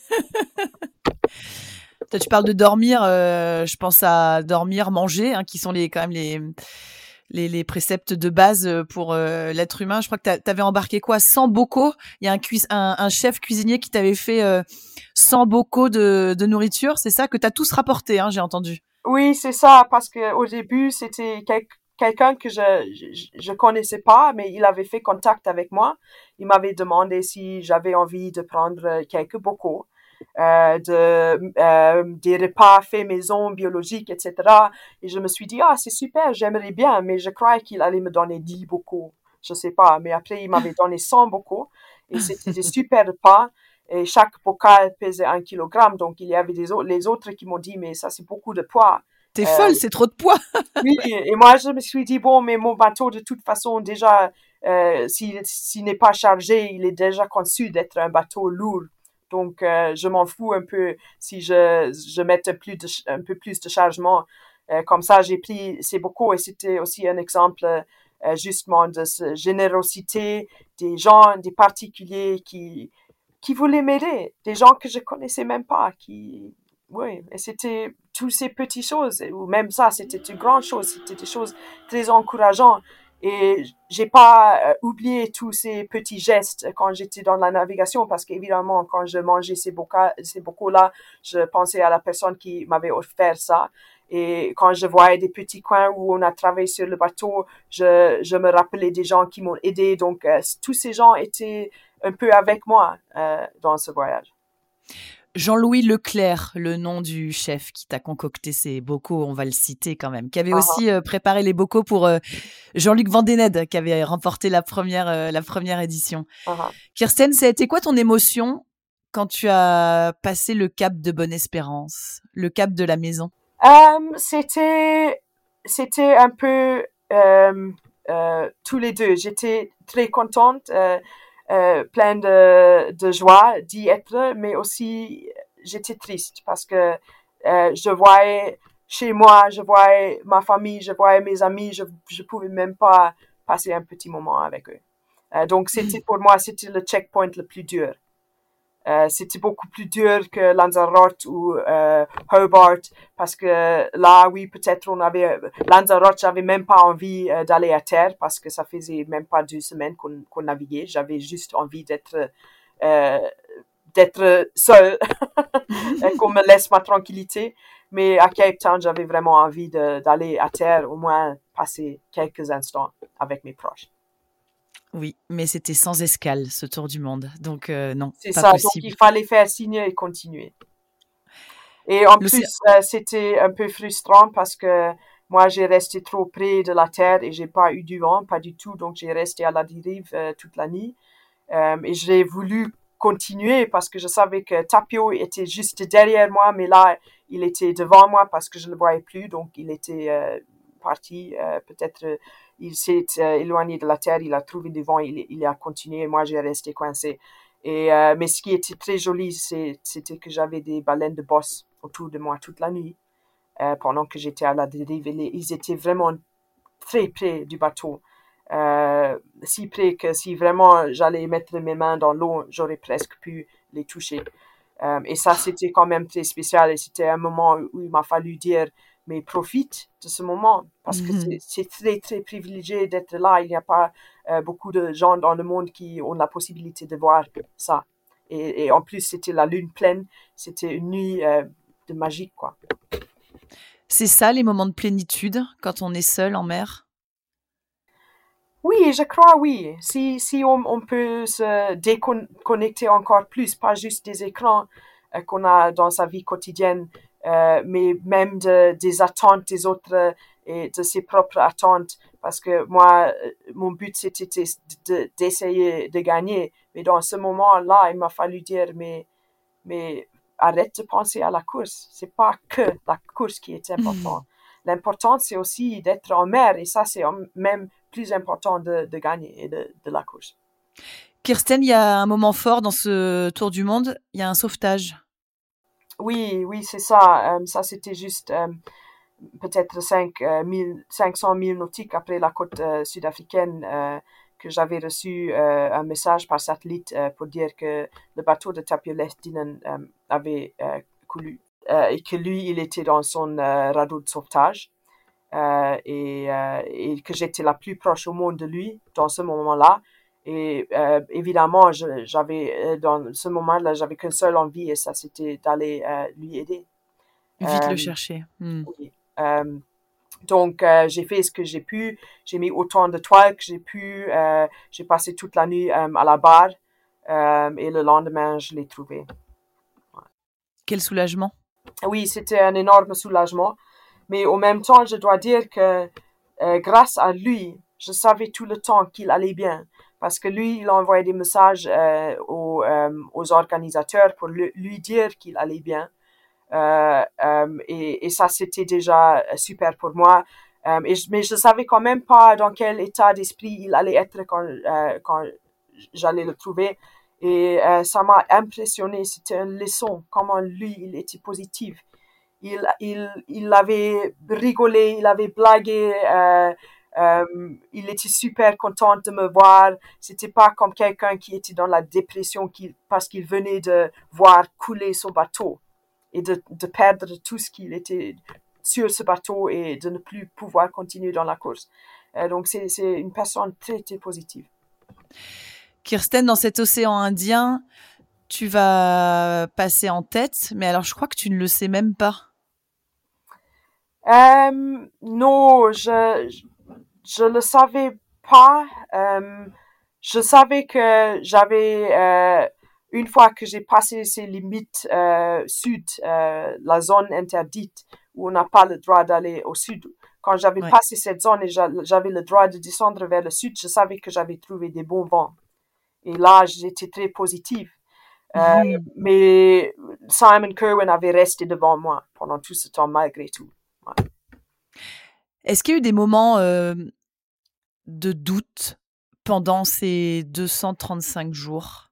Speaker 2: Toi, tu parles de dormir, je pense à dormir, manger, hein, qui sont quand même les préceptes de base pour l'être humain. Je crois que tu avais embarqué quoi, 100 bocaux. Il y a un chef cuisinier qui t'avait fait 100 bocaux de nourriture. C'est ça que tu as tous rapporté, hein, j'ai entendu.
Speaker 3: Oui, c'est ça, parce que au début, c'était quelqu'un que je connaissais pas, mais il avait fait contact avec moi. Il m'avait demandé si j'avais envie de prendre quelques bocaux, des repas faits maison, biologiques, etc. Et je me suis dit, ah, c'est super, j'aimerais bien, mais je croyais qu'il allait me donner 10 bocaux. Je sais pas, mais après, il m'avait donné 100 bocaux et c'était des super repas. Et chaque bocal pesait 1 kilogramme, donc il y avait les autres qui m'ont dit, mais ça c'est beaucoup de poids.
Speaker 2: T'es
Speaker 3: Euh,
Speaker 2: folle, c'est trop de poids.
Speaker 3: oui, et moi je me suis dit, bon, mais mon bateau de toute façon déjà, s'il n'est pas chargé, il est déjà conçu d'être un bateau lourd. Donc je m'en fous un peu si je mets un peu plus de chargement. Comme ça, j'ai pris ces bocaux et c'était aussi un exemple justement de cette générosité des gens, des particuliers qui voulaient m'aider, des gens que je connaissais même pas, oui, et c'était toutes ces petites choses, ou même ça, c'était une grande chose, c'était des choses très encourageantes. Et j'ai pas oublié tous ces petits gestes quand j'étais dans la navigation, parce qu'évidemment, quand je mangeais ces bocaux-là, je pensais à la personne qui m'avait offert ça. Et quand je voyais des petits coins où on a travaillé sur le bateau, je me rappelais des gens qui m'ont aidé. Donc, tous ces gens étaient un peu avec moi dans ce voyage.
Speaker 2: Jean-Louis Leclerc, le nom du chef qui t'a concocté ces bocaux, on va le citer quand même, qui avait aussi préparé les bocaux pour Jean-Luc Vandened, qui avait remporté la première édition. Kirsten, ça a été quoi ton émotion quand tu as passé le cap de Bonne-Espérance, le cap de la maison?
Speaker 3: C'était un peu tous les deux. J'étais très contente, pleine de joie d'y être, mais aussi j'étais triste parce que je voyais chez moi, je voyais ma famille, je voyais mes amis, je pouvais même pas passer un petit moment avec eux. Donc pour moi, c'était le checkpoint le plus dur. C'était beaucoup plus dur que Lanzarote ou Hobart parce que là, oui, peut-être Lanzarote, j'avais même pas envie d'aller à terre parce que ça faisait même pas 2 semaines qu'on naviguait. J'avais juste envie d'être seule, qu'on me laisse ma tranquillité. Mais à Cape Town, j'avais vraiment envie d'aller à terre, au moins passer quelques instants avec mes proches.
Speaker 2: Oui, mais c'était sans escale, ce tour du monde. Donc, non,
Speaker 3: c'est
Speaker 2: pas
Speaker 3: ça,
Speaker 2: possible.
Speaker 3: donc il fallait faire signe et continuer. Et en plus, c'était un peu frustrant parce que moi, j'ai resté trop près de la terre et j'ai pas eu du vent, pas du tout. Donc, j'ai resté à la dérive toute la nuit. Et j'ai voulu continuer parce que je savais que Tapio était juste derrière moi, mais là, il était devant moi parce que je ne le voyais plus. Donc, il était parti. Peut-être il s'est éloigné de la terre, il a trouvé du vent, il a continué. Moi, j'ai resté coincé. Mais ce qui était très joli, c'était que j'avais des baleines de bosse autour de moi toute la nuit pendant que j'étais à la dérive. Ils étaient vraiment très près du bateau. Si près que si vraiment j'allais mettre mes mains dans l'eau, j'aurais presque pu les toucher. Et ça, c'était quand même très spécial et c'était un moment où il m'a fallu dire mais profite de ce moment parce que c'est très, très privilégié d'être là. Il n'y a pas beaucoup de gens dans le monde qui ont la possibilité de voir ça. Et en plus, c'était la lune pleine. C'était une nuit de magique, quoi.
Speaker 2: C'est ça, les moments de plénitude, quand on est seul en mer?
Speaker 3: Oui, je crois oui. Si on peut se déconnecter encore plus, pas juste des écrans qu'on a dans sa vie quotidienne, mais même des attentes des autres et de ses propres attentes. Parce que moi, mon but, c'était d'essayer de gagner. Mais dans ce moment-là, il m'a fallu dire, mais arrête de penser à la course. C'est pas que la course qui est importante. L'important, c'est aussi d'être en mer. Et ça, c'est même plus important de gagner et de la course.
Speaker 2: Kirsten, il y a un moment fort dans ce tour du monde. Il y a un sauvetage.
Speaker 3: Oui, c'est ça. Ça, c'était juste peut-être 500 000 nautiques après la côte sud-africaine que j'avais reçu un message par satellite pour dire que le bateau de Tapio Lehtinen avait coulé et que lui, il était dans son radeau de sauvetage et que j'étais la plus proche au monde de lui dans ce moment-là. Et évidemment, j'avais dans ce moment-là, j'avais qu'une seule envie et ça, c'était d'aller lui aider.
Speaker 2: Vite le chercher.
Speaker 3: Oui. Donc, j'ai fait ce que j'ai pu. J'ai mis autant de toiles que j'ai pu. J'ai passé toute la nuit à la barre et le lendemain, je l'ai trouvé. Ouais.
Speaker 2: Quel soulagement.
Speaker 3: Oui, c'était un énorme soulagement. Mais au même temps, je dois dire que grâce à lui, je savais tout le temps qu'il allait bien. Parce que lui, il a envoyé des messages aux organisateurs pour lui dire qu'il allait bien. Et ça, c'était déjà super pour moi. Mais je savais quand même pas dans quel état d'esprit il allait être quand j'allais le trouver. Et ça m'a impressionné. C'était une leçon, comment lui, il était positif. Il avait rigolé, il avait blagué. Il était super content de me voir. C'était pas comme quelqu'un qui était dans la dépression parce qu'il venait de voir couler son bateau et de perdre tout ce qu'il était sur ce bateau et de ne plus pouvoir continuer dans la course. Donc, c'est une personne très, très positive.
Speaker 2: Kirsten, dans cet océan Indien, tu vas passer en tête, mais alors je crois que tu ne le sais même pas.
Speaker 3: Non, je le savais pas. Je savais que j'avais, une fois que j'ai passé ces limites sud, la zone interdite, où on n'a pas le droit d'aller au sud, quand j'avais passé cette zone et j'avais le droit de descendre vers le sud, je savais que j'avais trouvé des bons vents. Et là, j'étais très positive. Mais Simon Kerwin avait resté devant moi pendant tout ce temps, malgré tout. Ouais.
Speaker 2: Est-ce qu'il y a eu des moments de doute pendant ces 235 jours?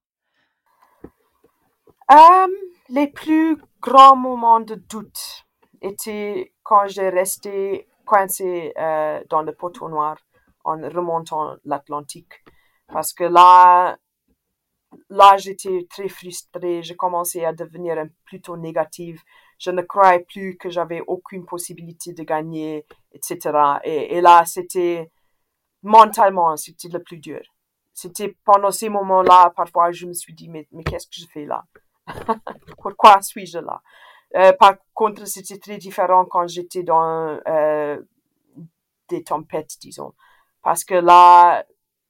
Speaker 3: Les plus grands moments de doute étaient quand j'ai resté coincé dans le poteau noir en remontant l'Atlantique. Parce que là, j'étais très frustrée. Je commençais à devenir plutôt négative. Je ne croyais plus que j'avais aucune possibilité de gagner, etc. Et là, mentalement, c'était le plus dur. C'était pendant ces moments-là, parfois, je me suis dit, mais qu'est-ce que je fais là? Pourquoi suis-je là? Par contre, c'était très différent quand j'étais dans des tempêtes, disons. Parce que là,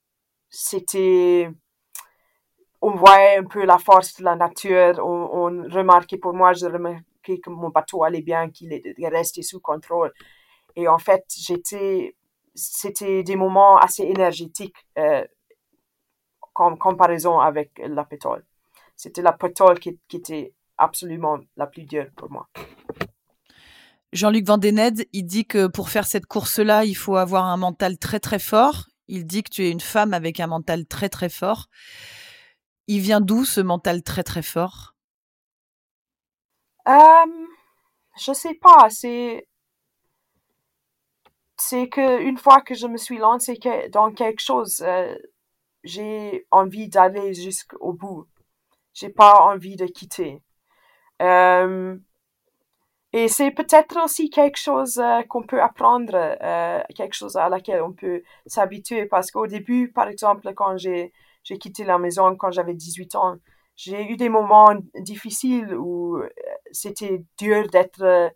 Speaker 3: on voyait un peu la force de la nature. On remarquait, pour moi, je remarquais que mon bateau allait bien, qu'il est resté sous contrôle. Et en fait, c'était des moments assez énergétiques en comparaison avec la pétrole. C'était la pétrole qui était absolument la plus dure pour moi.
Speaker 2: Jean-Luc Vandened, il dit que pour faire cette course-là, il faut avoir un mental très très fort. Il dit que tu es une femme avec un mental très très fort. Il vient d'où ce mental très très fort?
Speaker 3: Je sais pas. C'est que une fois que je me suis lancée dans quelque chose, j'ai envie d'aller jusqu'au bout. J'ai pas envie de quitter. Et c'est peut-être aussi quelque chose qu'on peut apprendre, quelque chose à laquelle on peut s'habituer. Parce qu'au début, par exemple, quand j'ai quitté la maison quand j'avais 18 ans, j'ai eu des moments difficiles où c'était dur d'être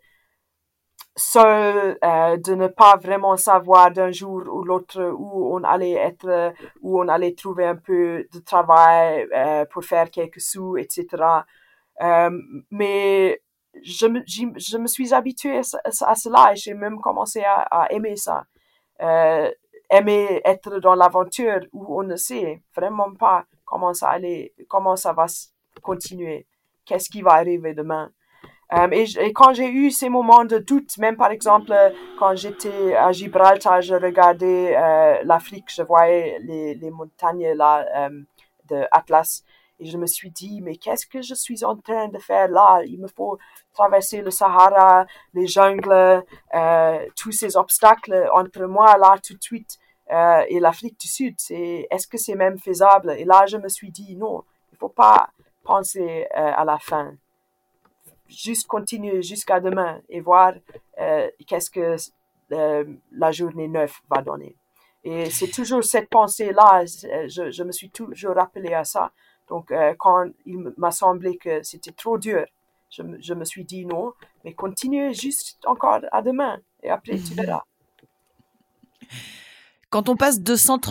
Speaker 3: seul, de ne pas vraiment savoir d'un jour ou l'autre où on allait être, où on allait trouver un peu de travail pour faire quelques sous, etc. Mais je me suis habituée à cela et j'ai même commencé à aimer ça. Euh, Aimer être dans l'aventure où on ne sait vraiment pas comment ça va continuer, qu'est-ce qui va arriver demain. Et quand j'ai eu ces moments de doute, même par exemple quand j'étais à Gibraltar, je regardais l'Afrique, je voyais les montagnes là de Atlas, et je me suis dit, mais qu'est-ce que je suis en train de faire là? Il me faut traverser le Sahara, les jungles, tous ces obstacles entre moi là tout de suite et l'Afrique du Sud. Est-ce que c'est même faisable? Et là, je me suis dit, non, il faut pas penser à la fin, juste continuer jusqu'à demain et voir qu'est-ce que la journée neuve va donner. Et c'est toujours cette pensée-là, je me suis toujours rappelé à ça. Donc, quand il m'a semblé que c'était trop dur, je me suis dit non, mais continue juste encore à demain et après tu verras.
Speaker 2: Quand on passe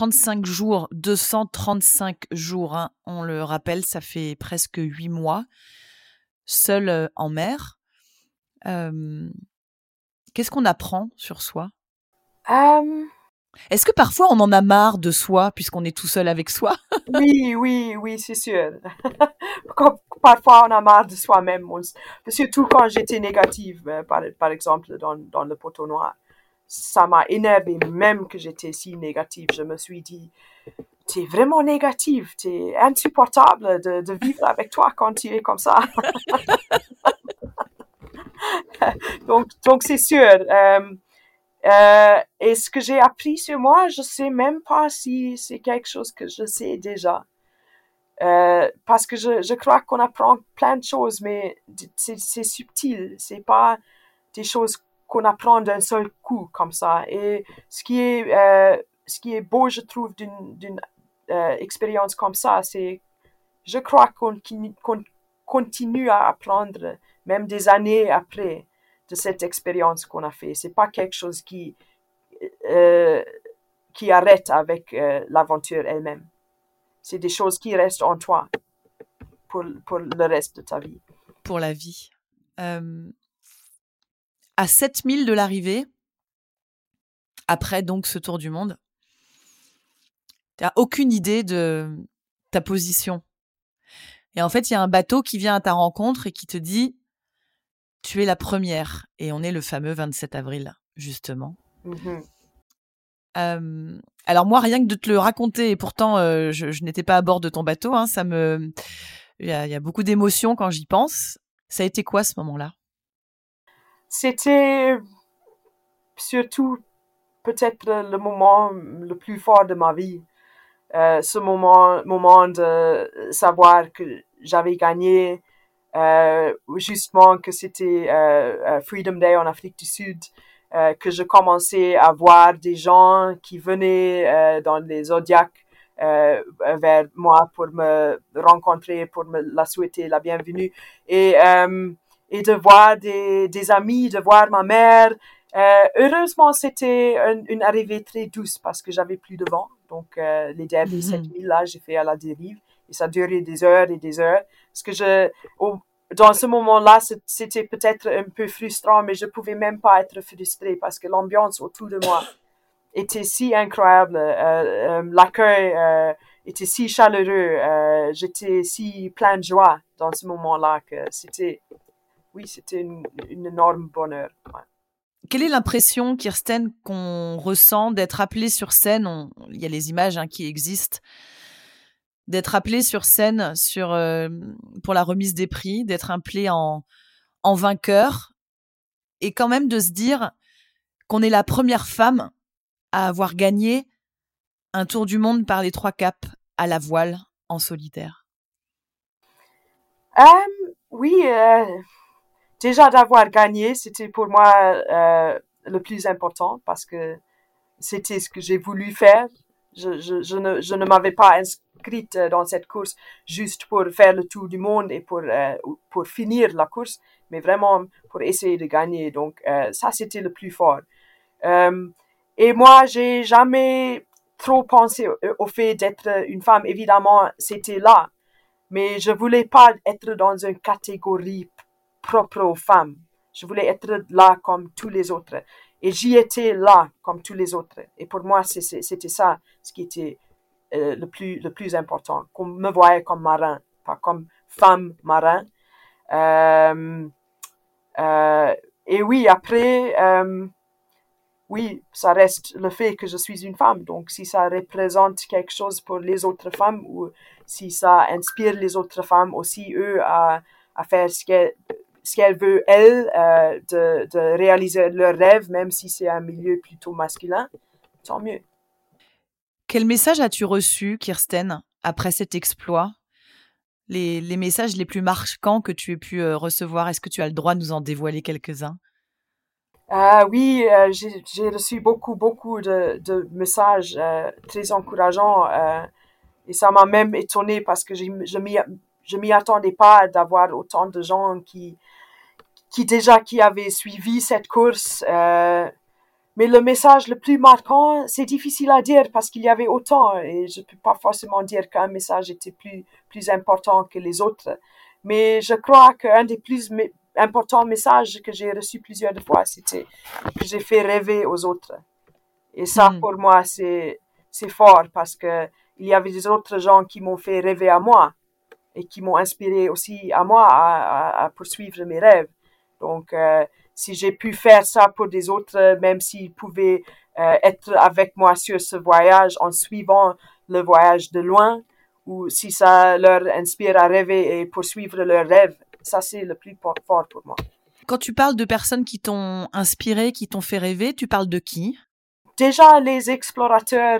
Speaker 2: 235 jours, hein, on le rappelle, ça fait presque 8 mois, seul en mer. Qu'est-ce qu'on apprend sur soi? Est-ce que parfois on en a marre de soi puisqu'on est tout seul avec soi?
Speaker 3: Oui, c'est sûr. Parfois, on a marre de soi-même, surtout quand j'étais négative, par exemple, dans le poteau noir. Ça m'a énervé, même que j'étais si négative. Je me suis dit, t'es vraiment négative, t'es insupportable de vivre avec toi quand tu es comme ça. donc c'est sûr. Et ce que j'ai appris sur moi, je sais même pas si c'est quelque chose que je sais déjà. Parce que je crois qu'on apprend plein de choses, mais c'est subtil. C'est pas des choses qu'on apprend d'un seul coup comme ça. Et ce qui est beau, je trouve, d'une expérience comme ça, c'est, je crois qu'on continue à apprendre, même des années après, de cette expérience qu'on a fait. C'est pas quelque chose euh, qui arrête avec l'aventure elle-même. C'est des choses qui restent en toi pour le reste de ta vie.
Speaker 2: Pour la vie. À 7000 de l'arrivée, après donc ce tour du monde, tu n'as aucune idée de ta position. Et en fait, il y a un bateau qui vient à ta rencontre et qui te dit « Tu es la première ». Et on est le fameux 27 avril, justement.
Speaker 3: Mm-hmm.
Speaker 2: Alors moi, rien que de te le raconter, et pourtant je n'étais pas à bord de ton bateau, hein, il y a beaucoup d'émotions quand j'y pense. Ça a été quoi ce moment-là?
Speaker 3: C'était surtout peut-être le moment le plus fort de ma vie. Ce moment de savoir que j'avais gagné, justement que c'était Freedom Day en Afrique du Sud, que je commençais à voir des gens qui venaient dans les zodiacs vers moi pour me rencontrer, pour me la souhaiter la bienvenue, et de voir des amis, de voir ma mère. Heureusement, c'était une arrivée très douce parce que j'avais plus de vent. Donc, les derniers 7000 là, j'ai fait à la dérive et ça durait des heures et des heures. Parce que dans ce moment-là, c'était peut-être un peu frustrant, mais je pouvais même pas être frustrée parce que l'ambiance autour de moi était si incroyable. L'accueil était si chaleureux. J'étais si plein de joie dans ce moment-là que c'était une énorme bonheur. Ouais.
Speaker 2: Quelle est l'impression, Kirsten, qu'on ressent d'être appelé sur scène? Il y a les images qui existent. D'être appelé sur scène pour la remise des prix, d'être appelé en vainqueur, et quand même de se dire qu'on est la première femme à avoir gagné un tour du monde par les 3 caps à la voile en solitaire.
Speaker 3: Oui, déjà d'avoir gagné, c'était pour moi le plus important parce que c'était ce que j'ai voulu faire. Je ne m'avais pas inscrite dans cette course juste pour faire le tour du monde et pour finir la course, mais vraiment pour essayer de gagner. Donc, ça, c'était le plus fort. Et moi, j'ai jamais trop pensé au fait d'être une femme. Évidemment, c'était là, mais je voulais pas être dans une catégorie propre aux femmes. Je voulais être là comme tous les autres. Et j'y étais là comme tous les autres. Et pour moi, c'était ça ce qui était le plus important. Qu'on me voyait comme marin, pas comme femme marin. Et oui, après, oui, ça reste le fait que je suis une femme. Donc, si ça représente quelque chose pour les autres femmes ou si ça inspire les autres femmes aussi, eux, à faire ce qu'elles veulent, elles, de réaliser leurs rêves, même si c'est un milieu plutôt masculin, tant mieux.
Speaker 2: Quel message as-tu reçu, Kirsten, après cet exploit? Les messages les plus marquants que tu aies pu recevoir, est-ce que tu as le droit de nous en dévoiler quelques-uns?
Speaker 3: Oui, j'ai reçu beaucoup de messages très encourageants et ça m'a même étonnée parce que je m'y attendais pas d'avoir autant de gens qui avaient suivi cette course. Mais le message le plus marquant, c'est difficile à dire parce qu'il y avait autant et je peux pas forcément dire qu'un message était plus important que les autres. Mais je crois qu'un des plus importants messages que j'ai reçu plusieurs fois, c'était que j'ai fait rêver aux autres. Et ça, pour moi, c'est fort parce que il y avait des autres gens qui m'ont fait rêver à moi et qui m'ont inspiré aussi à moi à poursuivre mes rêves. Donc, si j'ai pu faire ça pour des autres, même s'ils pouvaient être avec moi sur ce voyage en suivant le voyage de loin, ou si ça leur inspire à rêver et poursuivre leurs rêves, ça c'est le plus fort pour moi.
Speaker 2: Quand tu parles de personnes qui t'ont inspiré, qui t'ont fait rêver, tu parles de qui?
Speaker 3: Déjà les explorateurs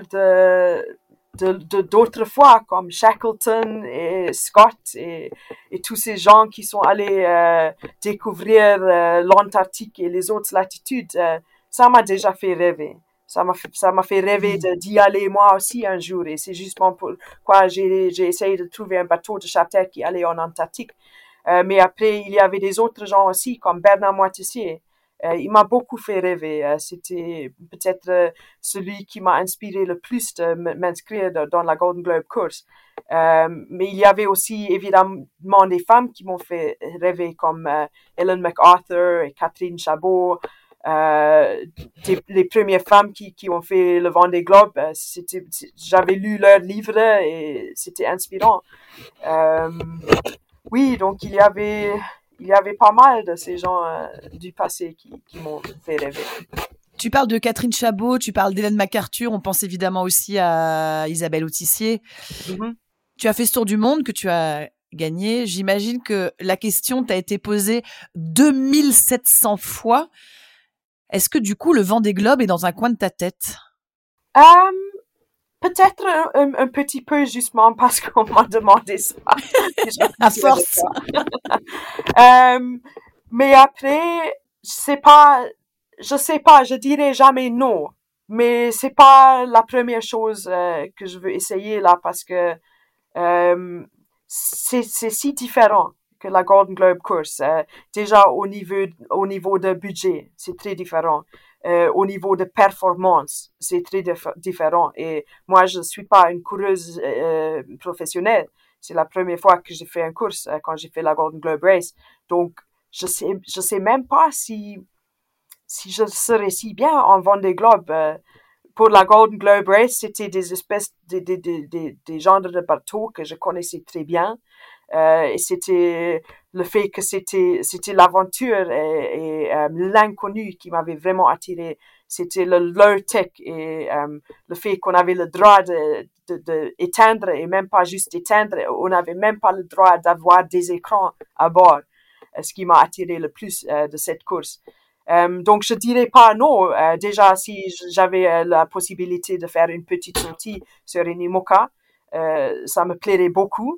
Speaker 3: d'autres fois, comme Shackleton et Scott et tous ces gens qui sont allés découvrir l'Antarctique et les autres latitudes, ça m'a déjà fait rêver. Ça m'a fait rêver d'y aller moi aussi un jour. Et c'est justement pourquoi j'ai essayé de trouver un bateau de charter qui allait en Antarctique. Mais après, il y avait des autres gens aussi, comme Bernard Moitessier. Il m'a beaucoup fait rêver. C'était peut-être celui qui m'a inspiré le plus de m'inscrire dans la Golden Globe Course. Mais il y avait aussi évidemment des femmes qui m'ont fait rêver comme Ellen MacArthur et Catherine Chabot. Les premières femmes qui ont fait le Vendée Globe, j'avais lu leurs livres et c'était inspirant. Oui, donc il y avait pas mal de ces gens du passé qui m'ont fait rêver.
Speaker 2: Tu parles de Catherine Chabot, tu parles d'Hélène MacArthur, on pense évidemment aussi à Isabelle Autissier. Mm-hmm. Tu as fait ce tour du monde que tu as gagné. J'imagine que la question t'a été posée 2700 fois. Est-ce que du coup, le Vendée Globe est dans un coin de ta tête?
Speaker 3: Peut-être un petit peu, justement, parce qu'on m'a demandé ça.
Speaker 2: À force.
Speaker 3: Mais après, je sais pas, je dirais jamais non. Mais c'est pas la première chose que je veux essayer là, parce que c'est si différent que la Golden Globe Course. Déjà au niveau de budget, c'est très différent. Au niveau de performance, c'est très différent. Et moi, je ne suis pas une coureuse professionnelle. C'est la première fois que j'ai fait une course quand j'ai fait la Golden Globe Race. Donc, je sais même pas si je serais si bien en Vendée Globe. Pour la Golden Globe Race, c'était des espèces des genres de bateaux que je connaissais très bien. Et c'était le fait que c'était l'aventure et l'inconnu qui m'avait vraiment attiré. C'était le low tech et le fait qu'on avait le droit de éteindre et même pas juste éteindre, on n'avait même pas le droit d'avoir des écrans à bord, ce qui m'a attiré le plus de cette course. Donc je dirais pas non. Déjà si j'avais la possibilité de faire une petite sortie sur une IMOCA, ça me plairait beaucoup.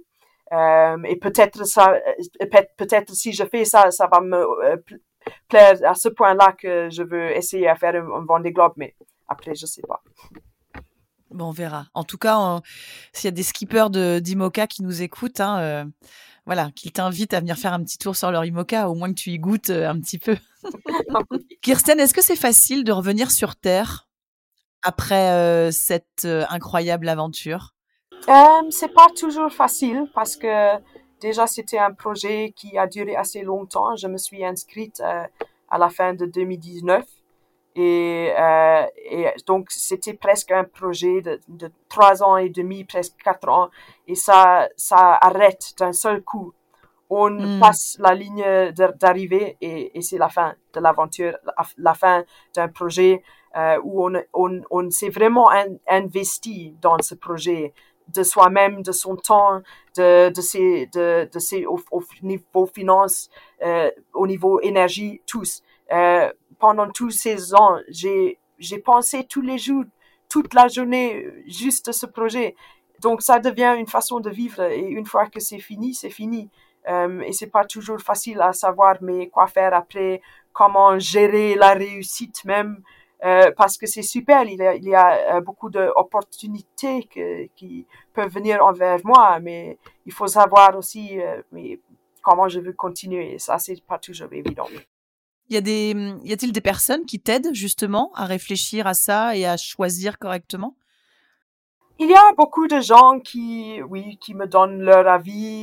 Speaker 3: Et peut-être si je fais ça, ça va me plaire à ce point-là que je veux essayer à faire un Vendée Globe, mais après, je sais pas.
Speaker 2: Bon, on verra. En tout cas, s'il y a des skippers d'IMOCA qui nous écoutent, voilà, qu'ils t'invitent à venir faire un petit tour sur leur IMOCA, au moins que tu y goûtes un petit peu. Kirsten, est-ce que c'est facile de revenir sur Terre après cette incroyable aventure?
Speaker 3: C'est pas toujours facile parce que déjà c'était un projet qui a duré assez longtemps. Je me suis inscrite à la fin de 2019 et donc c'était presque un projet de 3 ans et demi, presque 4 ans, et ça arrête d'un seul coup. On passe la ligne d'arrivée et c'est la fin de l'aventure, la fin d'un projet où on s'est vraiment investi dans ce projet, de soi-même, de son temps, de ses au niveau finances, au niveau énergie, tous. Pendant tous ces ans, j'ai pensé tous les jours, toute la journée, juste à ce projet. Donc ça devient une façon de vivre, et une fois que c'est fini, c'est fini. Et c'est pas toujours facile à savoir, mais quoi faire après, comment gérer la réussite même, parce que c'est super, il y a beaucoup d'opportunités qui peuvent venir envers moi, mais il faut savoir aussi mais comment je veux continuer, et ça c'est pas toujours évident.
Speaker 2: Y a-t-il des personnes qui t'aident justement à réfléchir à ça et à choisir correctement?
Speaker 3: Il y a beaucoup de gens qui me donnent leur avis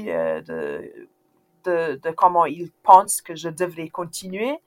Speaker 3: de comment ils pensent que je devrais continuer.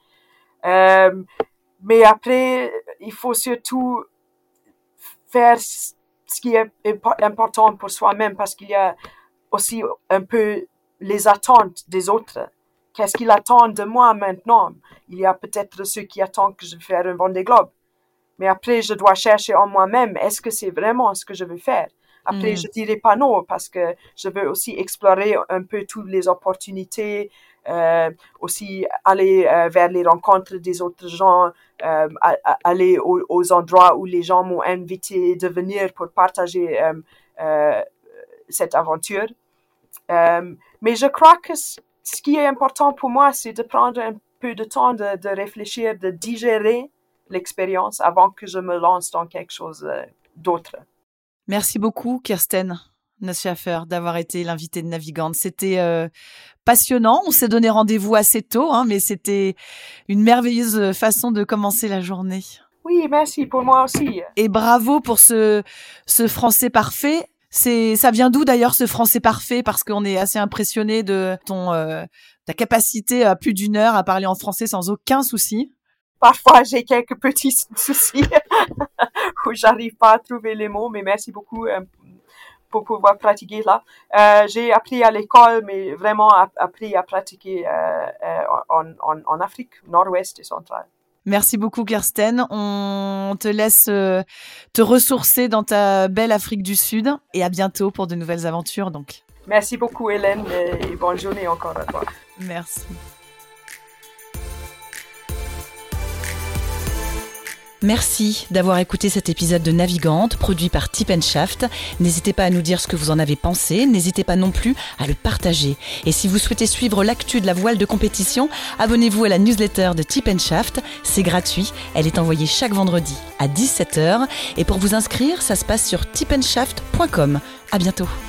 Speaker 3: Mais après, il faut surtout faire ce qui est important pour soi-même, parce qu'il y a aussi un peu les attentes des autres. Qu'est-ce qu'ils attendent de moi maintenant? Il y a peut-être ceux qui attendent que je fasse un Vendée Globe. Mais après, je dois chercher en moi-même, est-ce que c'est vraiment ce que je veux faire? Après, je dirais pas non, parce que je veux aussi explorer un peu toutes les opportunités, aussi aller vers les rencontres des autres gens, aller aux endroits où les gens m'ont invité de venir pour partager cette aventure. Mais je crois que ce qui est important pour moi, c'est de prendre un peu de temps de réfléchir, de digérer l'expérience avant que je me lance dans quelque chose d'autre.
Speaker 2: Merci beaucoup, Kirsten Neschaffer, d'avoir été l'invitée de Navigante. C'était passionnant. On s'est donné rendez-vous assez tôt, mais c'était une merveilleuse façon de commencer la journée.
Speaker 3: Oui, merci, pour moi aussi.
Speaker 2: Et bravo pour ce français parfait. Ça vient d'où d'ailleurs, ce français parfait? Parce qu'on est assez impressionné de ta capacité à plus d'1 heure à parler en français sans aucun souci.
Speaker 3: Parfois, j'ai quelques petits soucis où j'arrive pas à trouver les mots, mais merci beaucoup pour pouvoir pratiquer là. J'ai appris à l'école, mais vraiment appris à pratiquer en Afrique, nord-ouest et centrale.
Speaker 2: Merci beaucoup, Kirsten. On te laisse te ressourcer dans ta belle Afrique du Sud, et à bientôt pour de nouvelles aventures. Donc.
Speaker 3: Merci beaucoup, Hélène, et bonne journée encore à toi.
Speaker 2: Merci. Merci d'avoir écouté cet épisode de Navigante, produit par Tip & Shaft. N'hésitez pas à nous dire ce que vous en avez pensé, n'hésitez pas non plus à le partager. Et si vous souhaitez suivre l'actu de la voile de compétition, abonnez-vous à la newsletter de Tip & Shaft, c'est gratuit, elle est envoyée chaque vendredi à 17h. Et pour vous inscrire, ça se passe sur tipandshaft.com. À bientôt.